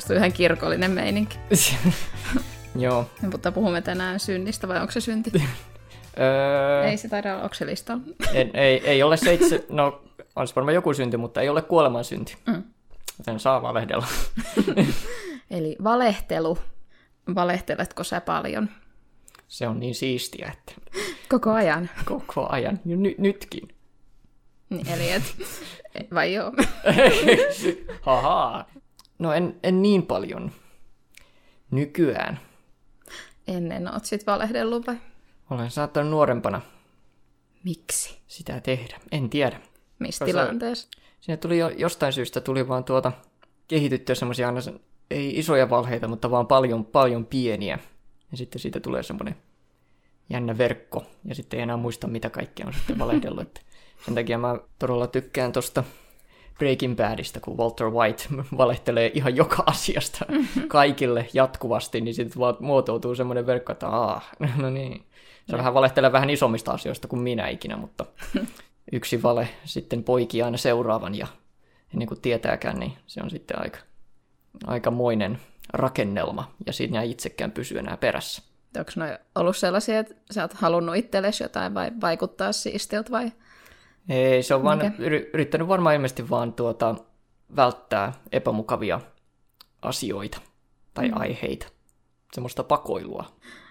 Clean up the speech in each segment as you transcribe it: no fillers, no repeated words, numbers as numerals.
muodostui ihan kirkollinen meininki. Joo. Mutta puhumme tänään synnistä, vai onko se synti? Ei se taida olla, onko se listalla? Ei ole no olisi varmaan joku synti, mutta ei ole kuoleman synti. Joten saa valehdella. Eli valehtelu. Valehteletko sä paljon? Se on niin siistiä, että... Koko ajan? Koko ajan. Nytkin. Niin, eli vai joo? Haha. No en niin paljon. Nykyään. Ennen oot sit valehdellut vai? Olen saattanut nuorempana. Miksi? Sitä tehdä. En tiedä. Missä tilanteessa? Siinä tuli jostain syystä vaan kehityttyä semmoisia aina, ei isoja valheita, mutta vaan paljon pieniä. Ja sitten siitä tulee semmoinen jännä verkko. Ja sitten ei enää muista, mitä kaikkea on sitten valehdellut. Että sen takia mä todella tykkään tosta Breaking Badista, kun Walter White valehtelee ihan joka asiasta kaikille jatkuvasti, niin sitten vaan muotoutuu semmoinen verkko, että no niin. Se vähän valehtelee vähän isommista asioista kuin minä ikinä, mutta yksi vale sitten poikii aina seuraavan, ja ennen kuin tietääkään, niin se on sitten aikamoinen rakennelma, ja siinä ei itsekään pysy enää perässä. Onko ne ollut sellaisia, että sä oot halunnut itsellesi jotain vai vaikuttaa siistiltä vai? Ei, se on vaan yrittänyt varmaan ilmeisesti vaan välttää epämukavia asioita tai aiheita. Semmoista pakoilua.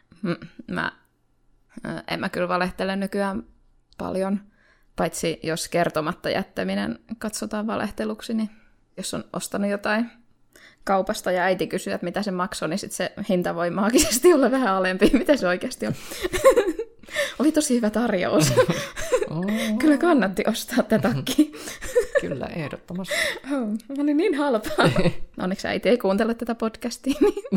En mä kyllä valehtele nykyään paljon, paitsi jos kertomatta jättäminen katsotaan valehteluksi, niin jos on ostanut jotain kaupasta ja äiti kysyy, että mitä se maksoi, niin sit se hinta voi maagisesti olla vähän alempi, mitä se oikeasti on. Oli tosi hyvä tarjous. Kyllä kannatti ostaa tätä takkiin. Kyllä, ehdottomasti. Oli niin halpaa. Onneksi äiti ei kuuntele tätä podcastia.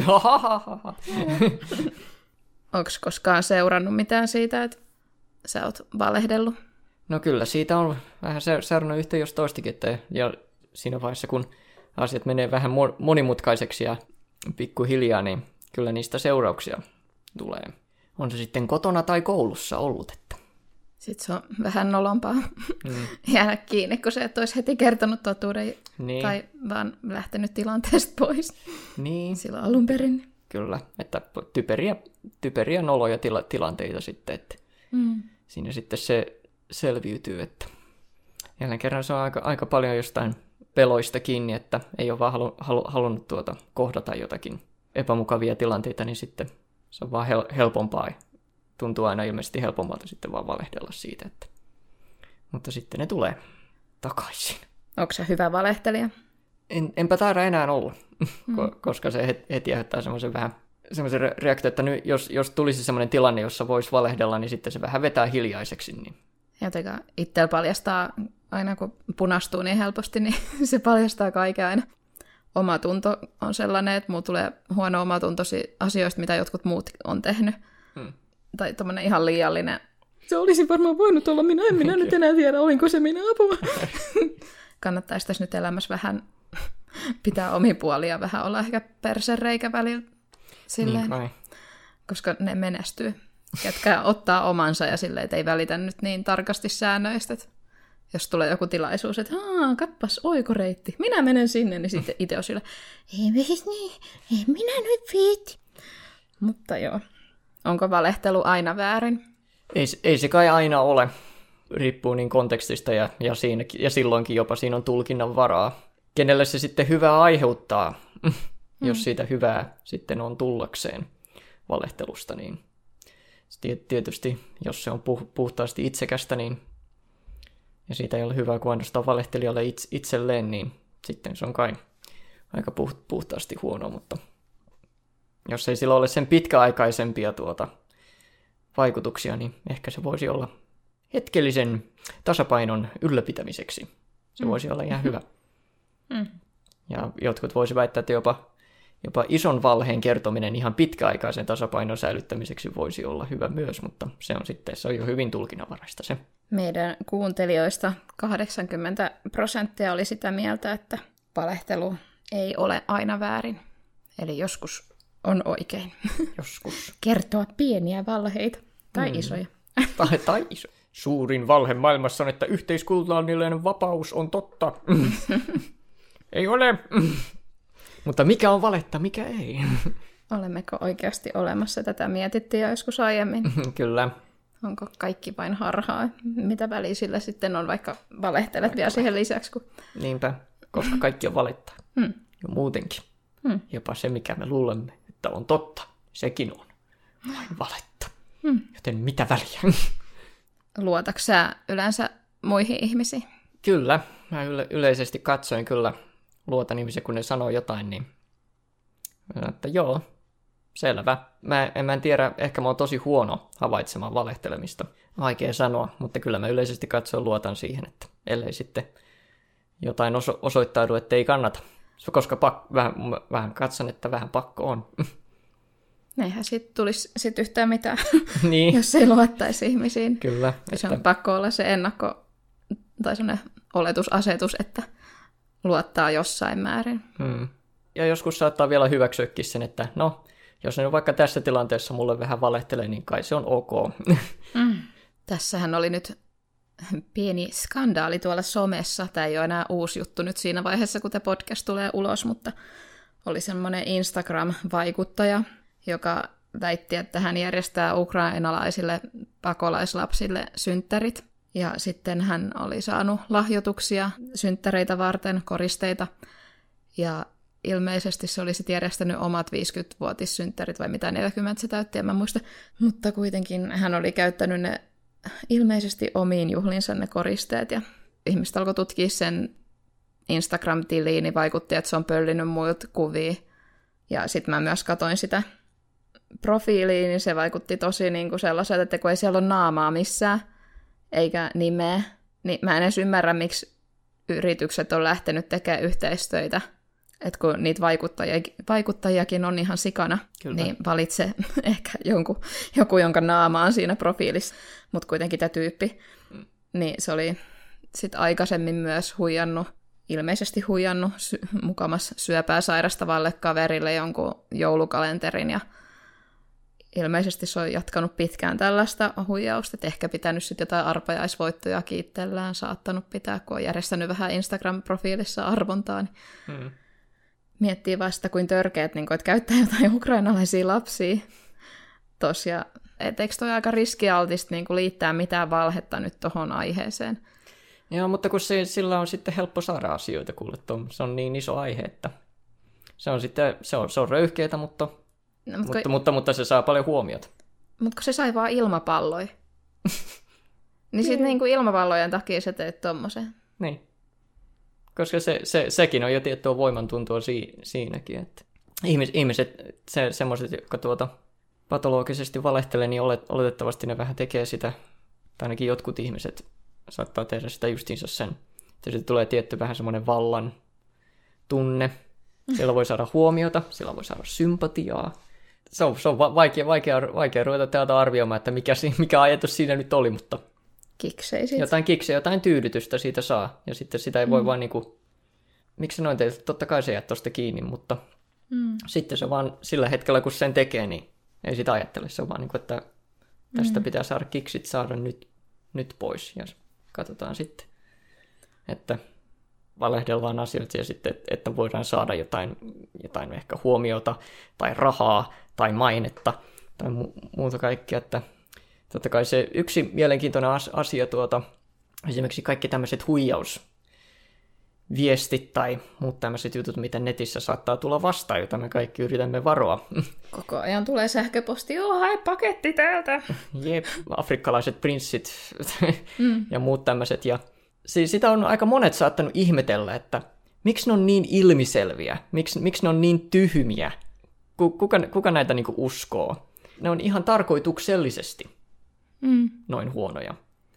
Onko koskaan seurannut mitään siitä, että sä oot valehdellut? No kyllä, siitä on vähän seurannut yhtä jos toistakin, ja siinä vaiheessa, kun asiat menee vähän monimutkaiseksi ja pikkuhiljaa, niin kyllä niistä seurauksia tulee. On se sitten kotona tai koulussa ollut, että... Sitten se on vähän nolompaa jäädä kiinni, kun se et olisi heti kertonut totuuden tai vaan lähtenyt tilanteesta pois silloin alun perin. Kyllä, että typeriä noloja tilanteita sitten, että siinä sitten se selviytyy, että jälleen kerran se on aika paljon jostain peloista kiinni, että ei ole vaan halunnut kohdata jotakin epämukavia tilanteita, niin sitten se on vaan helpompaa. Tuntuu aina ilmeisesti helpommalta sitten vaan valehdella siitä, että... Mutta sitten ne tulee takaisin. Onko se hyvä valehtelija? Enpä taida enää olla, koska se heti aiheuttaa semmoisen reaktio, että nyt, jos tulisi semmoinen tilanne, jossa voisi valehdella, niin sitten se vähän vetää hiljaiseksi. Niin... Jotenka itsellä paljastaa, aina kun punastuu niin helposti, niin se paljastaa kaiken aina. Omatunto on sellainen, että mulla tulee huono omatuntosi asioista, mitä jotkut muut on tehnyt. Tai tommoinen ihan liiallinen. Se olisi varmaan voinut olla minä, en minä nyt enää tiedä, olinko se minä apua. Kannattaisi tässä nyt elämässä vähän pitää omi puolia, vähän olla ehkä persereikä välillä silleen, koska ne menestyy. Ketkä ottaa omansa ja silleen, että ei välitä nyt niin tarkasti säännöistä, että jos tulee joku tilaisuus, että kappas oikoreitti, minä menen sinne, niin sitten itse on sillä, ei minä nyt viitti. Mutta joo. Onko valehtelu aina väärin? Ei se kai aina ole. Riippuu niin kontekstista ja silloinkin jopa siinä on tulkinnan varaa. Kenelle se sitten hyvää aiheuttaa, jos siitä hyvää sitten on tullakseen valehtelusta, niin tietysti jos se on puhtaasti itsekästä, niin ja siitä ei ole hyvää kuin ainoastaan valehtelijalle itselleen, niin sitten se on kai aika puhtaasti huono, mutta jos ei sillä ole sen pitkäaikaisempia vaikutuksia, niin ehkä se voisi olla hetkellisen tasapainon ylläpitämiseksi. Se voisi olla ihan hyvä. Ja jotkut voisi väittää, että jopa ison valheen kertominen ihan pitkäaikaisen tasapainon säilyttämiseksi voisi olla hyvä myös, mutta se on jo hyvin tulkinnanvaraista se. Meidän kuuntelijoista 80% oli sitä mieltä, että valehtelu ei ole aina väärin. Eli joskus on oikein. Joskus. Kertoa pieniä valheita. Tai isoja. Tai iso. Suurin valhe maailmassa on, että yhteiskunnallinen vapaus on totta. Ei ole. Mutta mikä on valetta, mikä ei? Olemmeko oikeasti olemassa? Tätä mietittiin jo joskus aiemmin. Kyllä. Onko kaikki vain harhaa? Mitä väliä sillä sitten on, vaikka valehtelet vielä siihen lisäksi? Kun... Niinpä, koska kaikki on valetta. Ja muutenkin. Jopa se, mikä me luulemme, että on totta, sekin on vain valetta. Joten mitä väliä? Luotatko sä yleensä muihin ihmisiin? Kyllä. Mä yleisesti katsoen kyllä luotan ihmisiä, kun ne sanoo jotain, niin että joo, selvä. Mä en tiedä, ehkä mä oon tosi huono havaitsemaan valehtelemista. Vaikea sanoa, mutta kyllä mä yleisesti katsoen luotan siihen, että ellei sitten jotain osoittaudu, että ei kannata. Koska vähän katson, että vähän pakko on. Eihän siitä tulisi sit yhtään mitään, Niin. jos ei luottaisi ihmisiin. Kyllä. Se on pakko olla se ennakko tai sellainen oletusasetus, että luottaa jossain määrin. Ja joskus saattaa vielä hyväksyäkin sen, että no, jos ne vaikka tässä tilanteessa mulle vähän valehtelee, niin kai se on ok. Tässähän oli nyt pieni skandaali tuolla somessa. Tämä ei ole enää uusi juttu nyt siinä vaiheessa, kun tämä podcast tulee ulos, mutta oli semmoinen Instagram-vaikuttaja, joka väitti, että hän järjestää ukrainalaisille pakolaislapsille synttärit. Ja sitten hän oli saanut lahjoituksia synttäreitä varten, koristeita. Ja ilmeisesti se oli sitten järjestänyt omat 50-vuotissynttärit, vai mitä 40 se täytti, en mä muista. Mutta kuitenkin hän oli käyttänyt ne ilmeisesti omiin juhlinsa ne koristeet. Ja ihmiset alkoi tutkia sen Instagram-tiliin, niin vaikutti, että se on pöllinyt muilta kuvia. Ja sitten mä myös katoin sitä profiiliin, niin se vaikutti tosi niinku sellaiselta, että kun ei siellä ole naamaa missään, eikä nimeä, niin mä en edes ymmärrä, miksi yritykset on lähtenyt tekemään yhteistöitä. Että kun niitä vaikuttajiakin on ihan sikana, Kyllä. niin valitse ehkä joku, jonka naama on siinä profiilissa, mutta kuitenkin tämä tyyppi. Niin se oli sitten aikaisemmin myös ilmeisesti huijannut mukamas syöpää sairastavalle kaverille jonkun joulukalenterin, ja ilmeisesti se on jatkanut pitkään tällaista huijausta, että ehkä pitänyt sitten jotain arpajaisvoittoja kiittellään, saattanut pitää, kun on järjestänyt vähän Instagram-profiilissa arvontaa, niin miettii vasta kuin törkeät, niin että käyttää jotain ukrainalaisia lapsia tosiaan. Eikö toi aika riskialtista niin liittää mitään valhetta nyt tuohon aiheeseen? Joo, mutta kun sillä on sitten helppo saada asioita, kuule, se on niin iso aihe, että se on röyhkeetä, mutta se saa paljon huomiota. Mutta kun se sai vaan ilmapalloja. Niin sitten niin ilmapallojen takia sä teet tommosen. Niin. Koska sekin on jo tiettyä voimantuntoa siinäkin, että ihmiset, semmoiset, jotka patologisesti valehtelee, niin oletettavasti ne vähän tekee sitä, tai ainakin jotkut ihmiset saattaa tehdä sitä justiinsa sen, että sitten tulee tietty vähän semmoinen vallan tunne. Siellä voi saada huomiota, siellä voi saada sympatiaa. Se on vaikea ruveta täältä arvioimaan, että mikä ajatus siinä nyt oli, mutta jotain kiksejä, jotain tyydytystä siitä saa. Ja sitten sitä ei voi vaan niinku, miksi noin teet, totta kai se jää tuosta kiinni, mutta sitten se vaan sillä hetkellä, kun sen tekee, niin ei sitä ajattele. Se on vaan niinku, että tästä pitää saada kiksit saada nyt pois. Ja katsotaan sitten, että valehdellaan asioita ja sitten, että voidaan saada jotain ehkä huomiota tai rahaa tai mainetta tai muuta kaikkea. Että totta kai se yksi mielenkiintoinen asia, esimerkiksi kaikki tämmöiset huijausviestit tai muut tämmöiset jutut, mitä netissä saattaa tulla vastaan, jota me kaikki yritämme varoa. Koko ajan tulee sähköposti, hai paketti täältä. Jep, afrikkalaiset prinssit ja muut tämmöiset. Ja siis sitä on aika monet saattanut ihmetellä, että miksi ne on niin ilmiselviä, miksi ne on niin tyhmiä, kuka näitä niinku uskoo. Ne on ihan tarkoituksellisesti noin huonoja,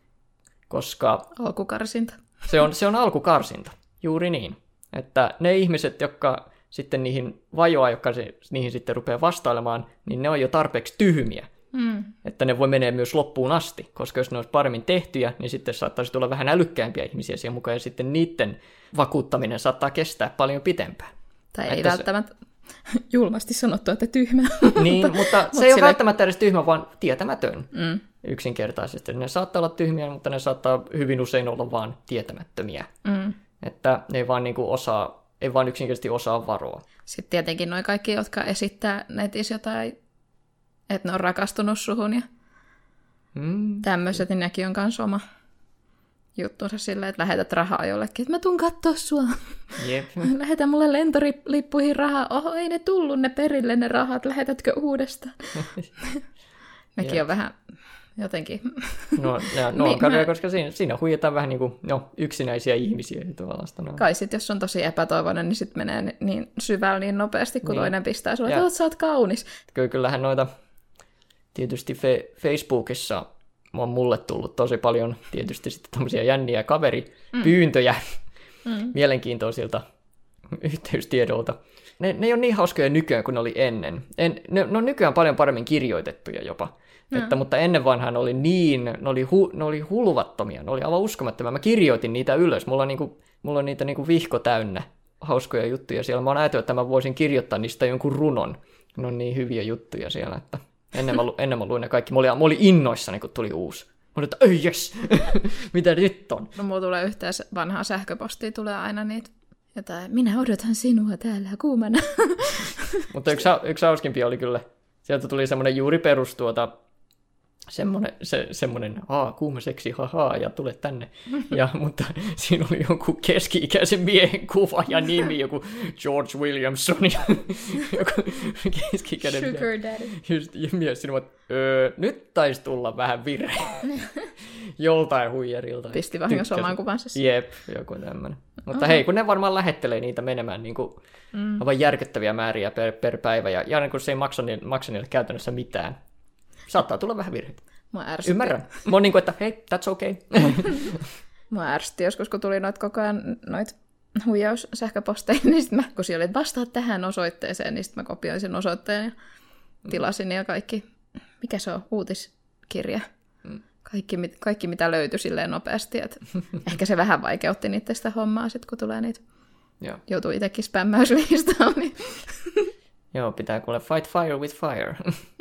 koska alkukarsinta. Se on alkukarsinta, juuri niin. Että ne ihmiset, jotka sitten niihin vajoaa, jotka niihin sitten rupeaa vastailemaan, niin ne on jo tarpeeksi tyhmiä. Että ne voi mennä myös loppuun asti, koska jos ne olisi paremmin tehtyjä, niin sitten saattaisi tulla vähän älykkäämpiä ihmisiä siihen mukaan, ja sitten niiden vakuuttaminen saattaa kestää paljon pitempään. Tai ei välttämättä julmasti sanottu, että tyhmä. Niin, mutta se ei ole välttämättä edes tyhmä, vaan tietämätön yksinkertaisesti. Ne saattaa olla tyhmiä, mutta ne saattaa hyvin usein olla vaan tietämättömiä. Että ne ei vaan niinku osaa ei vaan yksinkertaisesti osaa varoa. Sitten tietenkin noi kaikki, jotka esittää netissä jotain, että ne on rakastunut suhun ja tämmöiset, niin nekin on kans oma juttunsa silleen, että lähetät rahaa jollekin, että mä tuun kattoo sua. Jep. Lähetä mulle lentolippuihin rahaa. Oho, ei ne tullut ne perille ne rahat, lähetätkö uudestaan? Nekin on vähän jotenkin... No on kaduja, koska siinä huijataan vähän niin kuin yksinäisiä ihmisiä. Kai sit, jos on tosi epätoivoinen, niin sit menee niin syvällä niin nopeasti, kun toinen pistää sulle, että sä oot kaunis. Kyllähän noita tietysti Facebookissa on mulle tullut tosi paljon tietysti sitten tämmöisiä jänniä kaveripyyntöjä mielenkiintoisilta yhteystiedolta. Ne ei ole niin hauskoja nykyään kuin ne oli ennen. Ne on nykyään paljon paremmin kirjoitettuja jopa. Mutta ennen vanhaan ne oli hulvattomia, ne oli aivan uskomattomia. Mä kirjoitin niitä ylös, mulla on niitä niinku vihko täynnä hauskoja juttuja siellä. Mä oon ajatellut, että mä voisin kirjoittaa niistä jonkun runon. Ne on niin hyviä juttuja siellä, että ennen mä luin ne kaikki. Mä olin innoissani, kun tuli uusi. Mä olin, että ei jes, mitä nyt on? No mulla tulee yhteensä vanhaa sähköpostia, tulee aina niitä jotain, minä odotan sinua täällä kuumana. Mutta yksi hauskimpia oli kyllä, sieltä tuli semmoinen juuri perus semmoinen kuuma seksi, haha, ja tule tänne. Mutta siinä oli joku keski-ikäisen miehen kuva ja nimi, joku George Williamson, ja joku keski-ikäinen Sugar daddy. Ja mies sinua, nyt taisi tulla vähän virhe. Joltain huijarilta. Pisti vahingossa omaan kuvansa. Jep, joku tämmöinen. Mutta hei, kun ne varmaan lähettelee niitä menemään niin kuin aivan järkyttäviä määriä per päivä, ja aina kun se ei maksa niille käytännössä mitään. Saattaa tulla vähän virheitä. Ymmärrän. Mä oon niin kuin, että hei, that's okay. Mua ärsytti joskus, kun tuli koko ajan noit huijaussähköposteja, niin sitten kun siellä oli, että vastaa tähän osoitteeseen, niin sitten mä kopioin sen osoitteen ja tilasin ja kaikki. Mikä se on? Uutiskirja. Kaikki mitä löytyi silleen nopeasti. Että ehkä se vähän vaikeutti niitä sitä hommaa, sit, kun tulee niitä. Joutuu itsekin spämmäyslistaan. Niin. Joo, pitää kuule fight fire with fire.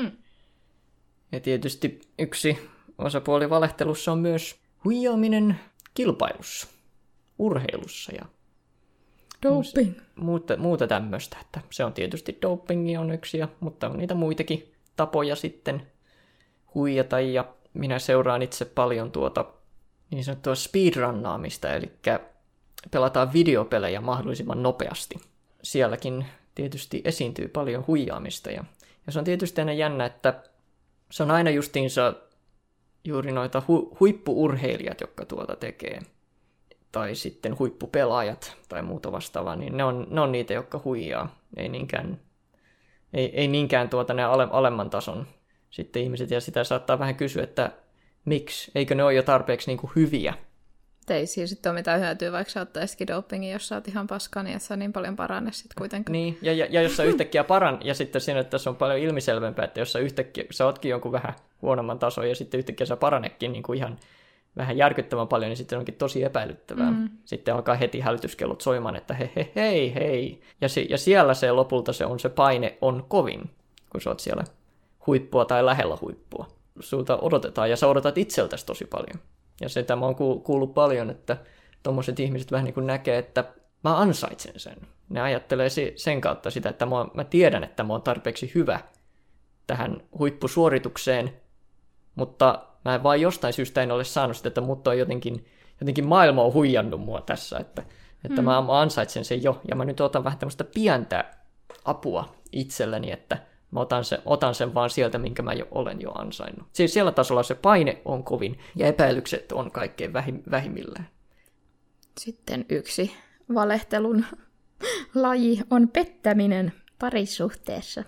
Ja tietysti yksi osapuoli valehtelussa on myös huijaaminen kilpailussa, urheilussa ja doping. Muuta tämmöistä. Että se on tietysti dopingi on yksi, mutta on niitä muitakin tapoja sitten huijata. Ja minä seuraan itse paljon niin sanottua speedrunnaamista, eli pelataan videopelejä mahdollisimman nopeasti. Sielläkin tietysti esiintyy paljon huijaamista ja se on tietysti aina jännä, että se on aina justiinsa juuri noita huippu-urheilijat, jotka tekee, tai sitten huippupelaajat tai muuta vastaavaa, niin ne on niitä, jotka huijaa, ei niinkään ne alemman tason sitten ihmiset, ja sitä saattaa vähän kysyä, että miksi, eikö ne ole jo tarpeeksi niin kuin hyviä? Ei siinä sitten ole mitään hyötyä, vaikka sä ottaisikin dopingin, jos sä oot ihan paska, niin et sä niin paljon paranne sitten kuitenkaan. Niin, ja jos sä yhtäkkiä ja sitten siinä, että tässä on paljon ilmiselvempää, että jos sä yhtäkkiä, sä ootkin jonkun vähän huonomman tason, ja sitten yhtäkkiä sä paranekin niin kuin ihan vähän järkyttävän paljon, niin sitten onkin tosi epäilyttävää. Sitten alkaa heti hälytyskellot soimaan, että hei. Ja siellä se lopulta se paine on kovin, kun sä oot siellä huippua tai lähellä huippua. Sulta odotetaan, ja sä odotat itseltäsi tosi paljon. Ja sitä mä oon kuullut paljon, että tommoset ihmiset vähän niin kuin näkee, että mä ansaitsen sen. Ne ajattelee sen kautta sitä, että mä tiedän, että mä oon tarpeeksi hyvä tähän huippusuoritukseen, mutta mä vaan jostain syystä en ole saanut sitä, että mut on jotenkin maailma on huijannut mua tässä, että mä ansaitsen sen jo. Ja mä nyt otan vähän tämmöistä pientä apua itselleni, että mä otan sen vaan sieltä, minkä mä olen jo ansainnut. Siis siellä tasolla se paine on kovin ja epäilykset on kaikkein vähimmillään. Sitten yksi valehtelun laji on pettäminen parisuhteessa.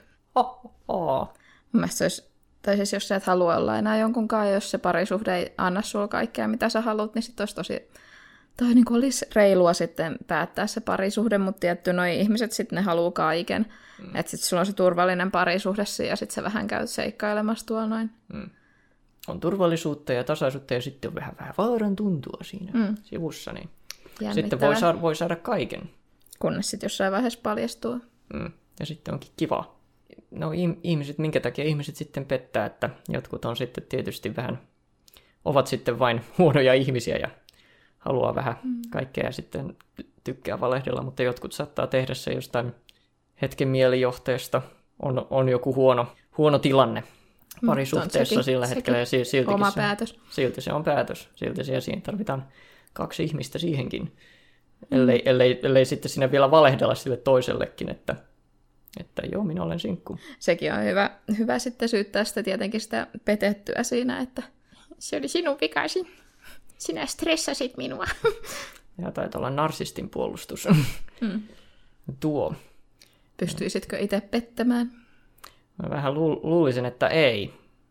Mielestäni siis jos sä et halua olla enää jonkun kanssa, jos se parisuhde ei anna sulla kaikkea, mitä sä haluat, niin sitten niin olisi reilua sitten päättää se parisuhde, mutta tietty noi ihmiset sitten ne haluaa kaiken. Että sitten sulla on se turvallinen parisuhde ja sitten sä vähän käyt seikkailemassa tuolla noin. On turvallisuutta ja tasaisuutta ja sitten on vähän vaaran tuntua siinä sivussa. Niin sitten voi saada kaiken. Kunnes sitten jossain vaiheessa paljastuu. Ja sitten onkin kiva. No ihmiset, minkä takia ihmiset sitten pettää, että jotkut on sitten tietysti ovat sitten vain huonoja ihmisiä ja haluaa vähän kaikkea ja sitten tykkää valehdella, mutta jotkut saattaa tehdä se jostain hetken mielijohteesta. On joku huono tilanne parisuhteessa sillä hetkellä. Ja silti se on päätös. Silti siinä tarvitaan 2 ihmistä siihenkin. Ellei sitten siinä vielä valehdella sille toisellekin, että joo, minä olen sinkku. Sekin on hyvä sitten syyttää sitä tietenkin sitä petettyä siinä, että se oli sinun vikasi. Sinä stressasit minua. Ja taitaa olla narsistin puolustus. Tuo. Pystyisitkö itse pettämään? Mä vähän luulisin, että ei.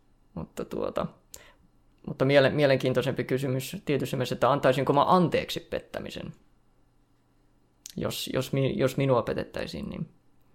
Mutta mielenkiintoisempi kysymys tietysti myös, että antaisinko mä anteeksi pettämisen? Jos minua petettäisiin, niin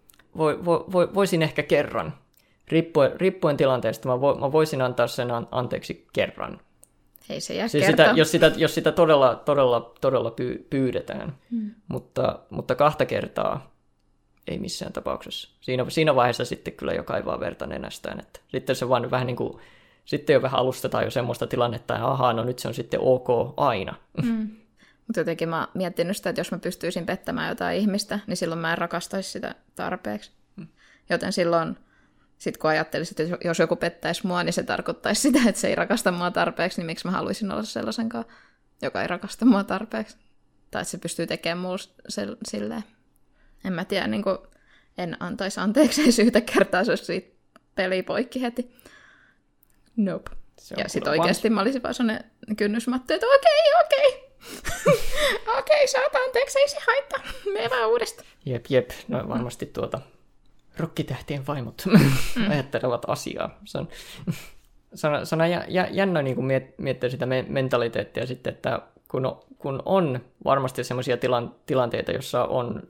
voisin ehkä kerran. Riippuen tilanteesta mä voisin antaa sen anteeksi kerran. Ei se jää siis jos sitä todella pyydetään. Mutta 2 kertaa ei missään tapauksessa. Siinä vaiheessa sitten kyllä jo kaivaa verta nenästään. Että sitten se vaan vähän niin kuin, sitten jo vähän alustetaan jo semmoista tilannetta, että ahaa, no nyt se on sitten ok aina. Mutta jotenkin mä oon miettinyt sitä, että jos mä pystyisin pettämään jotain ihmistä, niin silloin mä en rakastaisi sitä tarpeeksi. Joten silloin, kun ajattelisin, että jos joku pettäisi mua, niin se tarkoittaisi sitä, että se ei rakasta mua tarpeeksi, niin miksi mä haluaisin olla sellaisenkaan, joka ei rakasta mua tarpeeksi. Tai että se pystyy tekemään mulle silleen. En mä tiedä, niin en antaisi anteeksi, ei syytä kertaa, se olisi siitä peli poikki heti. Nope. Ja sitten oikeasti mä olisin vaan sellainen kynnysmatto, että okei. Okei, saat anteeksi, ei se haittaa. Mene vaan uudestaan. Jep. No varmasti rokkitähtien vaimot ajattelevat asiaa. Se on jännä niin miettiä sitä mentaliteettia sitten, että kun on varmasti sellaisia tilanteita, jossa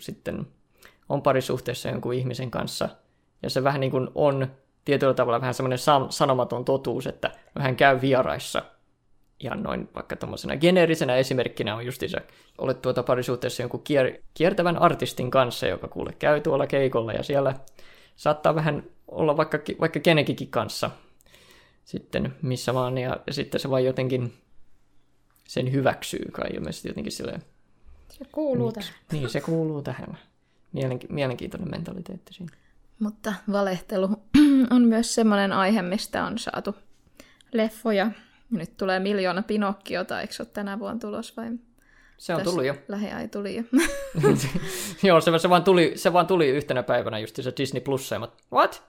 on parisuhteessa jonkun ihmisen kanssa, ja se vähän niin kuin on tietyllä tavalla vähän semmoinen sanomaton totuus, että hän käy vieraissa. Ihan noin vaikka tuommoisena geneerisenä esimerkkinä on justiinsa, olet parisuhteessa jonkun kiertävän artistin kanssa, joka kuule käy tuolla keikolla, ja siellä saattaa vähän olla vaikka kenenkin kanssa sitten missä vaan, ja sitten se vaan jotenkin sen hyväksyy kai ilmeisesti jotenkin silleen. Se kuuluu tähän. Niin, se kuuluu tähän. Mielenkiintoinen mentaliteetti siinä. Mutta valehtelu on myös semmoinen aihe, mistä on saatu leffoja. Nyt tulee 1 miljoona Pinokkiota, eikö se ole tänä vuonna tulos vai? Se on tullut jo. Lähiajan tuli jo. Joo, se vaan tuli yhtenä päivänä just se Disney Plus. What?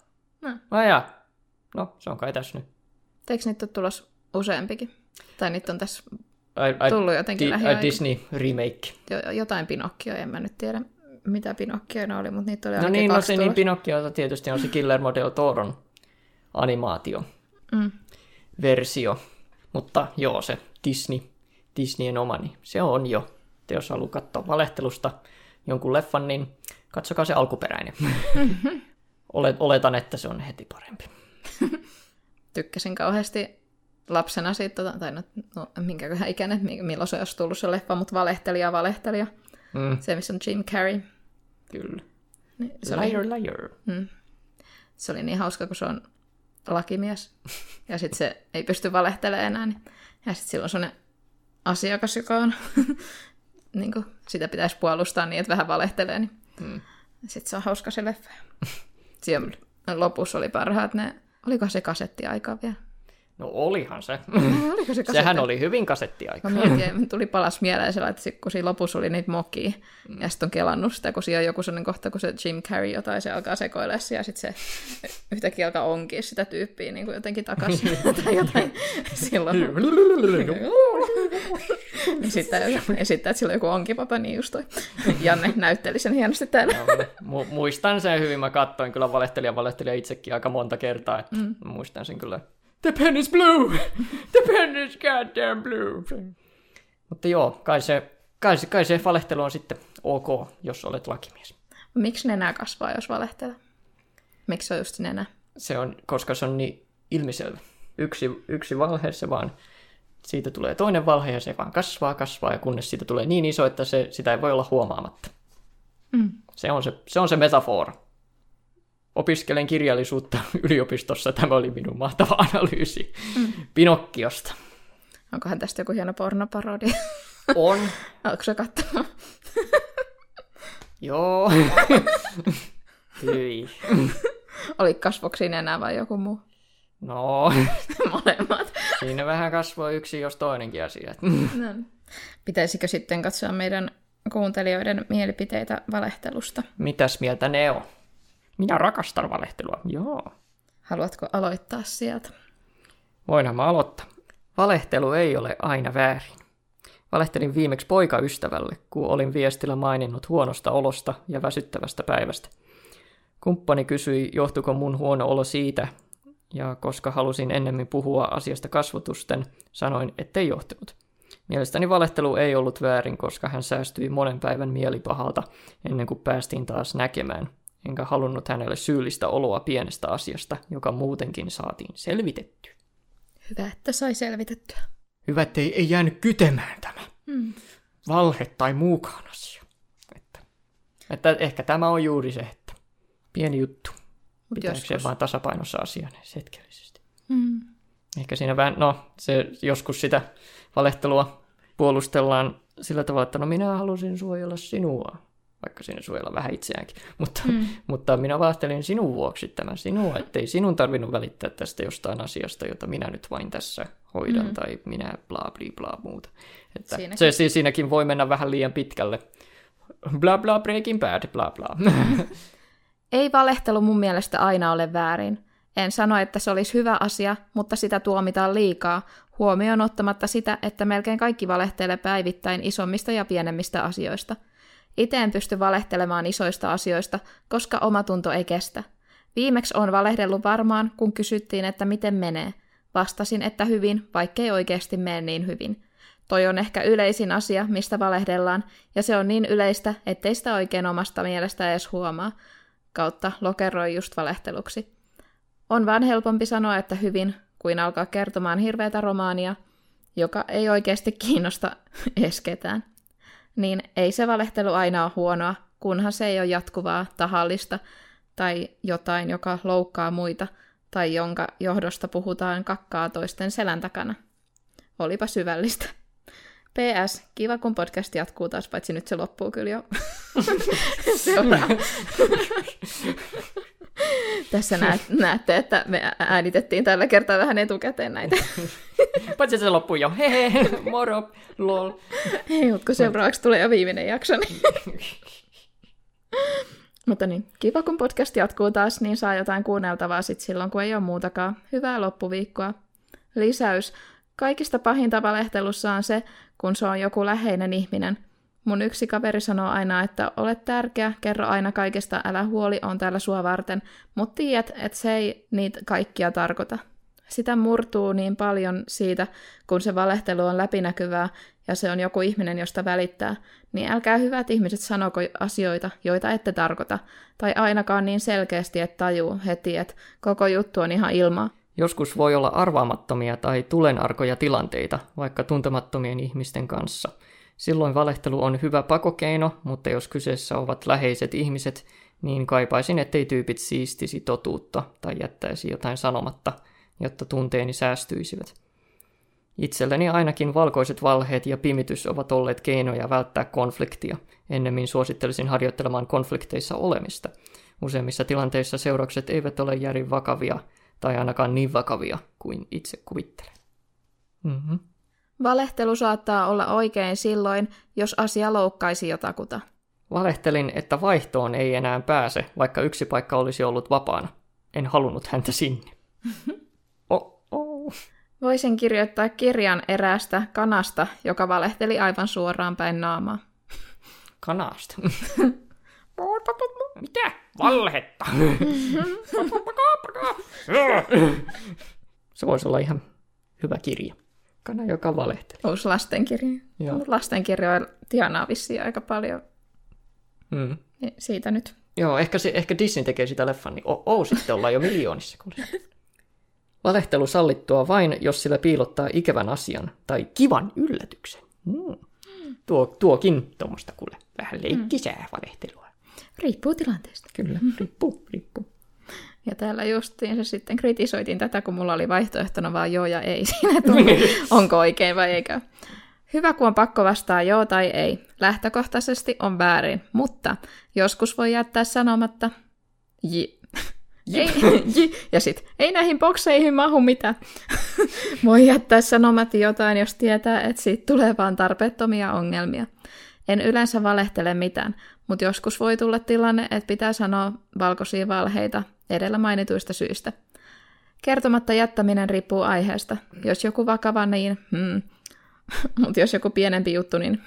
No, se on kai tässä nyt. Eikö niitä ole tulos useampikin? Tai niitä on tässä tullut jotenkin lähiaikoina. Disney remake. Jotain Pinokkioa, en mä nyt tiedä mitä Pinokkioina oli, mutta niitä oli ainakin 2 tulos. No niin, Pinokkiota tietysti on se Guillermo del Toron animaatio-versio. Mutta joo, se Disneyn oma, niin se on jo. Te jos haluaa katsoa valehtelusta jonkun leffan, niin katsokaa se alkuperäinen. Oletan, että se on heti parempi. Tykkäsin kauheasti lapsena siitä, tai no minkäköhän ikäinen, milloin se olisi tullut se leffa, mutta valehtelija. Se, missä on Jim Carrey. Kyllä. Niin, liar. Se oli niin hauska, kun se on lakimies, ja sitten se ei pysty valehtelemaan enää. Niin. Ja sitten silloin on sellainen asiakas, joka on, niin kuin, sitä pitäisi puolustaa niin, että vähän valehtelee. Niin. Sitten se on hauska se leffa. Siinä lopussa oli parhaat oliko se kasettiaika vielä? No olihan se. Oliko se sehän oli hyvin kasettiaika. Mä mietin, tuli palas mieleen sellainen, että kun siinä lopussa oli niitä mokia, ja sitten on kelannut sitä, kun siinä on joku sellainen kohta, kun se Jim Carrey jotain, se alkaa sekoilla, ja sitten se yhtäkkiä alkaa onkia sitä tyyppiä niin kuin jotenkin takaisin, tai jotain silloin. Niin sitten esittää, että sillä on joku onkipapa, niin just toi Janne näytteli sen hienosti täällä. Muistan sen hyvin, mä katsoin kyllä valehtelija itsekin aika monta kertaa, että muistan sen kyllä. The pen is blue! The pen is goddamn blue! Mutta joo, kai se valehtelu on sitten ok, jos olet lakimies. Miksi nenä kasvaa, jos valehtelee? Miksi se on just nenä? Se on, koska se on niin ilmiselvä. Yksi valhe, se vaan, siitä tulee toinen valhe ja se vaan kasvaa, ja kunnes siitä tulee niin iso, että sitä ei voi olla huomaamatta. Se on se metafora. Opiskelen kirjallisuutta yliopistossa. Tämä oli minun mahtava analyysi Pinokkiosta. Onkohan tästä joku hieno pornoparodia? On. Haluatko sä katsomaan? Joo. Hyi. Oli kasvoksiin enää vai joku muu? No. Molemmat. Siinä vähän kasvoi yksi, jos toinenkin asia. No. Pitäisikö sitten katsoa meidän kuuntelijoiden mielipiteitä valehtelusta? Mitäs mieltä ne on? Minä rakastan valehtelua. Joo. Haluatko aloittaa sieltä? Voinhan mä aloittaa. Valehtelu ei ole aina väärin. Valehtelin viimeksi poikaystävälle, kun olin viestillä maininnut huonosta olosta ja väsyttävästä päivästä. Kumppani kysyi, johtuiko mun huono olo siitä, ja koska halusin ennemmin puhua asiasta kasvotusten, sanoin, ettei johtunut. Mielestäni valehtelu ei ollut väärin, koska hän säästyi monen päivän mielipahalta ennen kuin päästiin taas näkemään. Enkä halunnut hänelle syyllistä oloa pienestä asiasta, joka muutenkin saatiin selvitettyä. Hyvä, että sai selvitettyä. Hyvä, ettei jäänyt kytemään tämä. Valhe tai muukaan asia. Että ehkä tämä on juuri se, että pieni juttu. Pitääkö se vaan tasapainossa asiaan hetkellisesti. Ehkä siinä vähän, se joskus sitä valehtelua puolustellaan sillä tavalla, että minä halusin suojella sinua, vaikka siinä suojella vähän itseäänkin. Mutta minä valehtelin sinun vuoksi tämän sinua, ettei sinun tarvinnut välittää tästä jostain asiasta, jota minä nyt vain tässä hoidan, tai minä bla bla bla muuta. Että siinäkin voi mennä vähän liian pitkälle. Bla bla breaking bad, bla bla. Ei valehtelu mun mielestä aina ole väärin. En sano, että se olisi hyvä asia, mutta sitä tuomitaan liikaa, huomioon ottamatta sitä, että melkein kaikki valehtelee päivittäin isommista ja pienemmistä asioista. Itse en pysty valehtelemaan isoista asioista, koska omatunto ei kestä. Viimeksi on valehdellut varmaan, kun kysyttiin, että miten menee. Vastasin, että hyvin, vaikkei oikeasti mene niin hyvin. Toi on ehkä yleisin asia, mistä valehdellaan, ja se on niin yleistä, ettei sitä oikein omasta mielestä edes huomaa. Kautta lokeroi just valehteluksi. On vaan helpompi sanoa, että hyvin, kuin alkaa kertomaan hirveätä romaania, joka ei oikeasti kiinnosta edes ketään. Niin ei se valehtelu aina ole huonoa, kunhan se ei ole jatkuvaa, tahallista tai jotain, joka loukkaa muita tai jonka johdosta puhutaan kakkaa toisten selän takana. Olipa syvällistä. PS, kiva kun podcast jatkuu taas, paitsi nyt se loppuu kyllä jo. Tässä näette, että me äänitettiin tällä kertaa vähän etukäteen näitä. Paitsi se loppuu jo. Hehe, moro, lol. Hei, mutta kun seuraavaksi tulee jo viimeinen jakso. Niin. Mutta niin, kiva kun podcast jatkuu taas, niin saa jotain kuunneltavaa sit silloin, kun ei ole muutakaan. Hyvää loppuviikkoa. Lisäys. Kaikista pahinta valehtelussa on se, kun se on joku läheinen ihminen. Mun yksi kaveri sanoo aina, että olet tärkeä, kerro aina kaikesta, älä huoli, on täällä sua varten, mutta tiedät, että se ei niitä kaikkia tarkoita. Sitä murtuu niin paljon siitä, kun se valehtelu on läpinäkyvää ja se on joku ihminen, josta välittää, niin älkää hyvät ihmiset sanoko asioita, joita ette tarkoita, tai ainakaan niin selkeästi, että tajuu heti, että koko juttu on ihan ilmaa. Joskus voi olla arvaamattomia tai tulenarkoja tilanteita, vaikka tuntemattomien ihmisten kanssa. Silloin valehtelu on hyvä pakokeino, mutta jos kyseessä ovat läheiset ihmiset, niin kaipaisin, ettei tyypit siistisi totuutta tai jättäisi jotain sanomatta, jotta tunteeni säästyisivät. Itselleni ainakin valkoiset valheet ja pimitys ovat olleet keinoja välttää konfliktia. Ennemmin suosittelisin harjoittelemaan konflikteissa olemista. Useimmissa tilanteissa seuraukset eivät ole järin vakavia, tai ainakaan niin vakavia kuin itse kuvittelen. Valehtelu saattaa olla oikein silloin, jos asia loukkaisi jotakuta. Valehtelin, että vaihtoon ei enää pääse, vaikka yksi paikka olisi ollut vapaana. En halunnut häntä sinne. Voisin kirjoittaa kirjan eräästä kanasta, joka valehteli aivan suoraan päin naamaa. Kanasta? Mitä? Valhetta? Se voisi olla ihan hyvä kirja. Kana, joka valehteli. Uusi lastenkirja. Lastenkirjoja tienaa vissiin aika paljon. Siitä nyt. Joo, ehkä Disney tekee sitä leffan, niin sitten ollaan jo miljoonissa. Valehtelu sallittua vain, jos sillä piilottaa ikävän asian tai kivan yllätyksen. Tuokin tuommoista kuule. Vähän leikkisää valehtelua. Riippuu tilanteesta. Kyllä, riippuu. Ja täällä justiinsa sitten kritisoitiin tätä, kun mulla oli vaihtoehtona vaan joo ja ei siinä, että onko oikein vai eikä. Hyvä, kun on pakko vastaa joo tai ei. Lähtökohtaisesti on väärin, mutta joskus voi jättää sanomatta ja sit, ei näihin bokseihin mahu mitään. Voi jättää sanomatta jotain, jos tietää, että siitä tulee vaan tarpeettomia ongelmia. En yleensä valehtele mitään, mutta joskus voi tulla tilanne, että pitää sanoa valkoisia valheita edellä mainituista syistä. Kertomatta jättäminen riippuu aiheesta. Jos joku vakava, niin mutta jos joku pienempi juttu, niin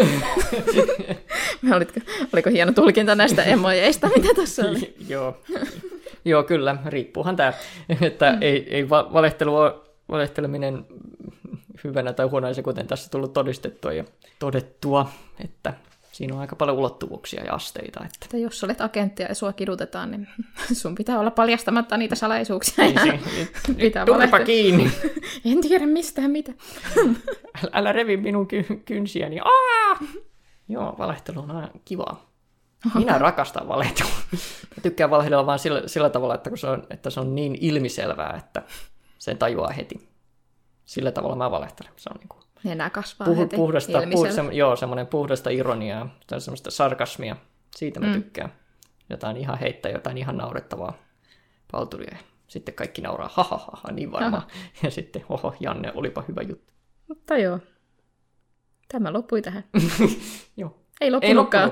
Oliko hieno tulkinta näistä emojeista, mitä tässä oli? Joo, kyllä. Riippuuhan tämä, että ei valehteleminen hyvänä tai huonoisa, kuten tässä tullut todistettua ja todettua, että siinä on aika paljon ulottuvuuksia ja asteita. Että jos olet agentti ja sua kidutetaan, niin sun pitää olla paljastamatta niitä salaisuuksia. Turpa kiinni! En tiedä mistään mitä. Älä revi minun kynsiäni. Joo, valehtelu on aina kivaa. Minä rakastan valehtelua. Mä tykkään valehdella vaan sillä tavalla, että se on niin ilmiselvää, että sen tajuaa heti. Sillä tavalla mä valehtelen. Se on niin kuin nenä kasvaa heti semmoinen puhdasta ironiaa, semmoista sarkasmia. Siitä mä tykkään. Jotain ihan heittää, jotain ihan naurettavaa palturia. Sitten kaikki nauraa, ha, niin varmaan. Ja sitten, Janne, olipa hyvä juttu. Mutta joo. Tämä loppui tähän. Joo. Ei loppunutkaan.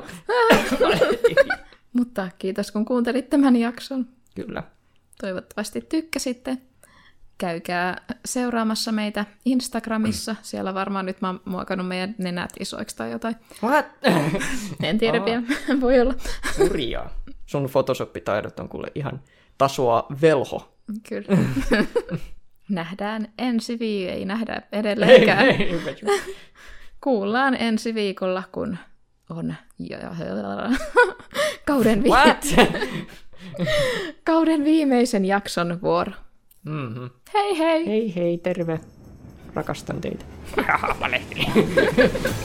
Mutta kiitos, kun kuuntelit tämän jakson. Kyllä. Toivottavasti tykkäsitte. Käykää seuraamassa meitä Instagramissa. Siellä varmaan nyt mä oon muokannut meidän nenät isoiksi tai jotain. What? En tiedä vielä. Voi olla. Hurjaa. Sun Photoshop-taidot on kuule ihan tasoa velho. Kyllä. Nähdään ensi viikolla. Ei nähdä edelleenkään. Kuullaan ensi viikolla, kun on kauden viimeisen jakson vuoro. Mm-hmm. Hei hei! Hei hei, terve. Rakastan teitä. Valehtelin.